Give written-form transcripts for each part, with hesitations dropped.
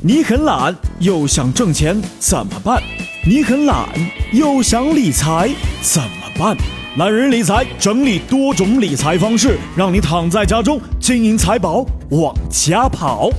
你很懒又想挣钱怎么办？你很懒又想理财怎么办？懒人理财整理多种理财方式，让你躺在家中，金银财宝往家跑。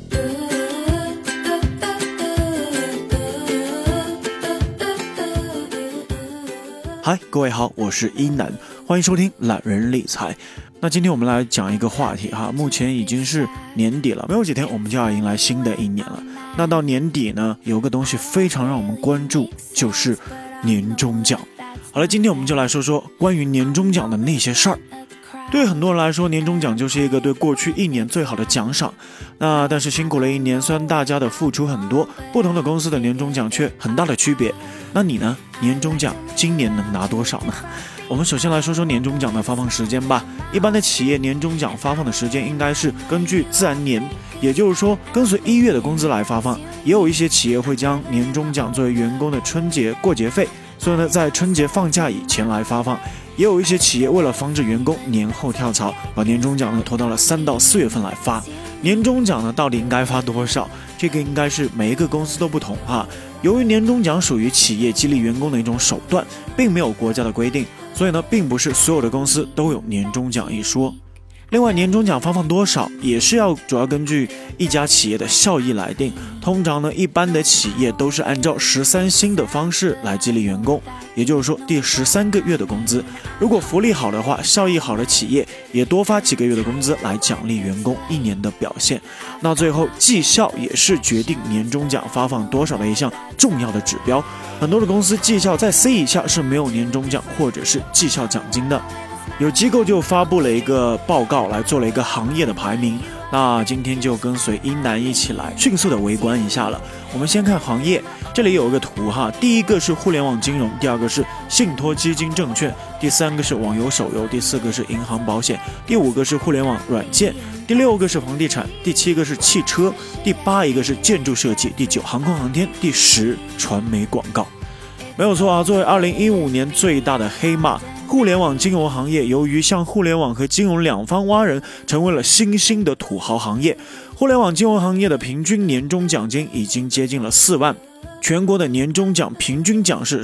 嗨，各位好，我是一南，欢迎收听懒人理财。那今天我们来讲一个话题哈，目前已经是年底了，没有几天我们就要迎来新的一年了。那到年底呢，有个东西非常让我们关注，就是年终奖。好了，今天我们就来说说关于年终奖的那些事儿。对很多人来说，年终奖就是一个对过去一年最好的奖赏。但是辛苦了一年，虽然大家的付出很多，不同的公司的年终奖却很大的区别。那你呢？年终奖今年能拿多少呢？我们首先来说说年终奖的发放时间吧。一般的企业年终奖发放的时间应该是根据自然年，也就是说跟随1月的工资来发放。也有一些企业会将年终奖作为员工的春节过节费，所以呢，在春节放假以前来发放。也有一些企业为了防止员工年后跳槽，把年终奖呢拖到了3到4月份来发。年终奖呢到底应该发多少？这个应该是每一个公司都不同哈。由于年终奖属于企业激励员工的一种手段，并没有国家的规定，所以呢，并不是所有的公司都有年终奖一说。另外，年终奖发放多少也是主要根据一家企业的效益来定。通常呢，一般的企业都是按照13薪的方式来激励员工，也就是说第13个月的工资。如果福利好的话，效益好的企业也多发几个月的工资来奖励员工一年的表现。那最后绩效也是决定年终奖发放多少的一项重要的指标。很多的公司绩效在 C 以下是没有年终奖或者是绩效奖金的。有机构就发布了一个报告，来做了一个行业的排名。那今天就跟随一南一起来迅速的围观一下了。我们先看行业，这里有一个图哈，第一个是互联网金融，第二个是信托基金证券，第三个是网游手游，第四个是银行保险，第五个是互联网软件，第6个是房地产，第7个是汽车，第8一个是建筑设计，第9航空航天，第10传媒广告。没有错啊，作为2015年最大的黑马，互联网金融行业由于向互联网和金融两方挖人，成为了新兴的土豪行业。互联网金融行业的平均年终奖金已经接近了4万，全国的年终奖平均奖是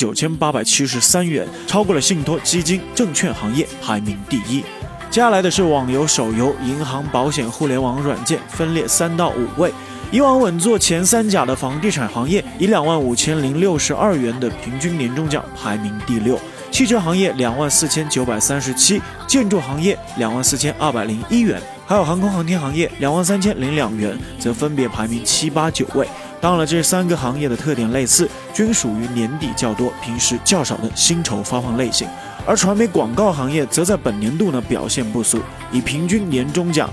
39873元，超过了信托基金证券行业，排名第1。接下来的是网游手游、银行保险、互联网软件，分列3到5位。以往稳坐前3甲的房地产行业以25062元的平均年终奖排名第6，汽车行业24937，建筑行业24201元，还有航空航天行业23002元，则分别排名7、8、9位。当然了，这3个行业的特点类似，均属于年底较多、平时较少的薪酬发放类型。而传媒广告行业则在本年度呢表现不俗，以平均年终奖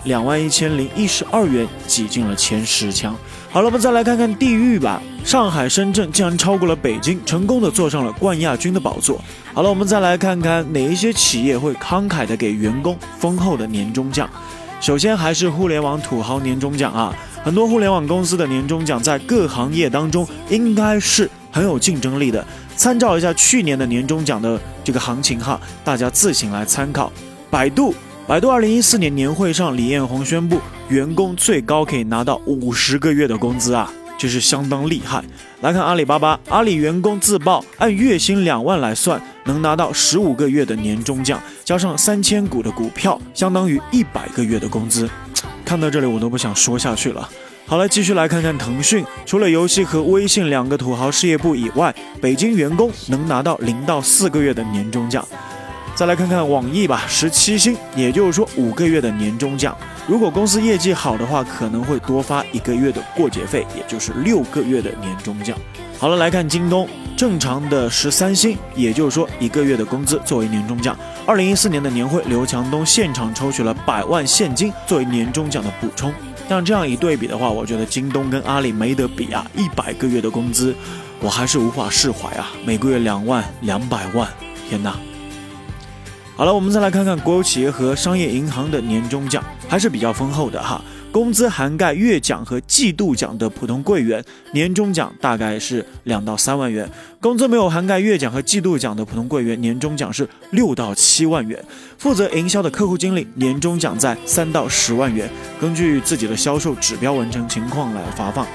21012元挤进了前10强。好了，我们再来看看地域吧。上海、深圳竟然超过了北京，成功的坐上了冠亚军的宝座。好了，我们再来看看哪一些企业会慷慨的给员工丰厚的年终奖。首先还是互联网土豪年终奖啊，很多互联网公司的年终奖在各行业当中应该是很有竞争力的。参照一下去年的年终奖的这个行情哈，大家自行来参考。百度2014年年会上，李彦宏宣布员工最高可以拿到50个月的工资啊，这是相当厉害。来看阿里巴巴，阿里员工自曝按月薪2万来算，能拿到15个月的年终奖，加上3000股的股票，相当于100个月的工资。看到这里我都不想说下去了。好了，继续来看看腾讯，除了游戏和微信2个土豪事业部以外，北京员工能拿到0到4个月的年终奖。再来看看网易吧，17薪，也就是说5个月的年终奖。如果公司业绩好的话，可能会多发1个月的过节费，也就是6个月的年终奖。好了，来看京东，正常的13薪，也就是说1个月的工资作为年终奖。2014年的年会，刘强东现场抽取了100万现金作为年终奖的补充。但这样一对比的话，我觉得京东跟阿里没得比啊！100个月的工资，我还是无法释怀啊！每个月2万、200万，天哪！好了，我们再来看看国有企业和商业银行的年终奖，还是比较丰厚的哈。工资涵盖月奖和季度奖的普通柜员，年终奖大概是2到3万元；工资没有涵盖月奖和季度奖的普通柜员，年终奖是6到7万元；负责营销的客户经理，年终奖在3到10万元，根据自己的销售指标完成情况来发放。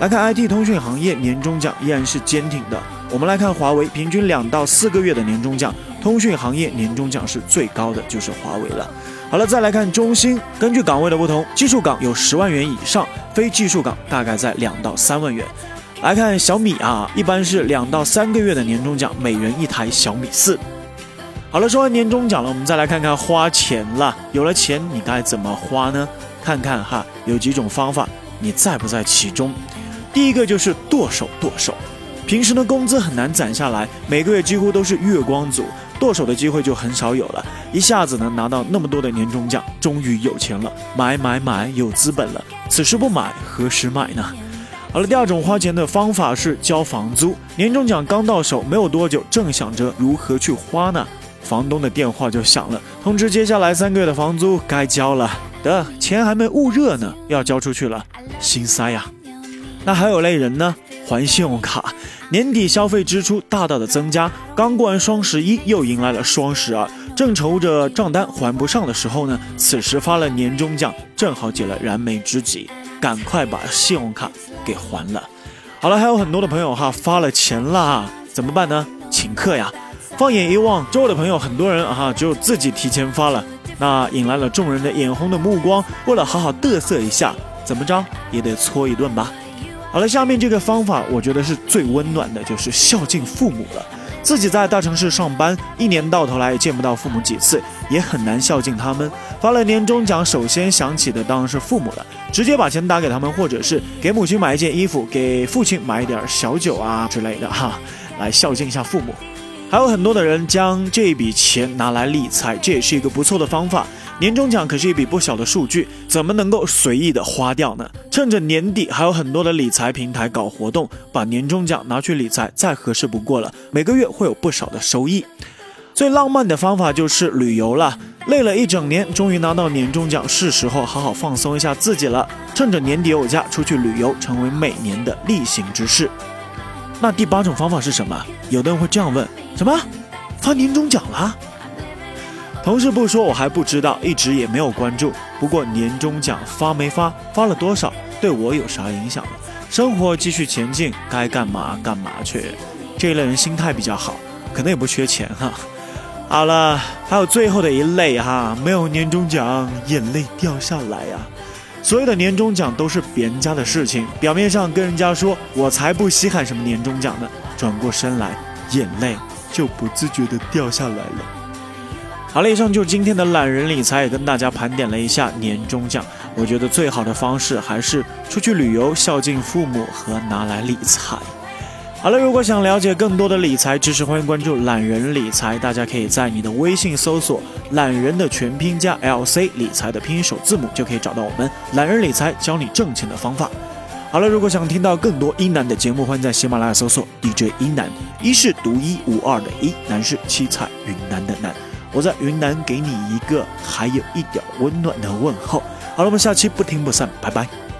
来看 IT 通讯行业年终奖依然是坚挺的。我们来看华为，平均2到4个月的年终奖，通讯行业年终奖是最高的，就是华为了。好了，再来看中兴，根据岗位的不同，技术岗有10万元以上，非技术岗大概在2到3万元。来看小米一般是2到3个月的年终奖，每人1台小米4。好了，说完年终奖了，我们再来看看花钱了。有了钱，你该怎么花呢？看看有几种方法，你在不在其中？第一个就是剁手。平时的工资很难攒下来，每个月几乎都是月光族，剁手的机会就很少有了。一下子拿到那么多的年终奖，终于有钱了，买，有资本了。此时不买，何时买呢？好了，第二种花钱的方法是交房租。年终奖刚到手没有多久，正想着如何去花呢，房东的电话就响了，通知接下来3个月的房租该交了。钱还没捂热呢，要交出去了，心塞呀。那还有类人呢，还信用卡。年底消费支出大大的增加，刚过完双11，又迎来了双12，正愁着账单还不上的时候呢，此时发了年终奖，正好解了燃眉之急，赶快把信用卡给还了。好了，还有很多的朋友发了钱啦，怎么办呢？请客呀。放眼一望，周围的朋友很多人只有自己提前发了，那引来了众人的眼红的目光。为了好好嘚瑟一下，怎么着也得搓一顿吧。好了，下面这个方法我觉得是最温暖的，就是孝敬父母了。自己在大城市上班，一年到头来也见不到父母几次，也很难孝敬他们。发了年终奖，首先想起的当然是父母了，直接把钱打给他们，或者是给母亲买一件衣服，给父亲买一点小酒之类的来孝敬一下父母。还有很多的人将这笔钱拿来理财，这也是一个不错的方法。年终奖可是一笔不小的数据，怎么能够随意的花掉呢？趁着年底还有很多的理财平台搞活动，把年终奖拿去理财再合适不过了，每个月会有不少的收益。最浪漫的方法就是旅游了，累了一整年，终于拿到年终奖，是时候好好放松一下自己了。趁着年底有假出去旅游，成为每年的例行之事。那第8种方法是什么？有的人会这样问，什么？发年终奖了？同事不说我还不知道，一直也没有关注。不过年终奖发没发，发了多少，对我有啥影响呢？生活继续前进，该干嘛干嘛去。这一类人心态比较好，可能也不缺钱好了，还有最后的一类没有年终奖，眼泪掉下来所有的年终奖都是别人家的事情，表面上跟人家说我才不稀罕什么年终奖呢，转过身来眼泪就不自觉地掉下来了。好了，以上就是今天的懒人理财，也跟大家盘点了一下年终奖。我觉得最好的方式还是出去旅游，孝敬父母和拿来理财。好了，如果想了解更多的理财知识，欢迎关注懒人理财。大家可以在你的微信搜索懒人的全拼加 LC 理财的拼音首字母，就可以找到我们懒人理财教你挣钱的方法。好了，如果想听到更多一男的节目，欢迎在喜马拉雅搜索 DJ 一男，一是独一无二的一，男是七彩云南的南。我在云南给你一个还有一点温暖的问候。好了，我们下期不听不散，拜拜。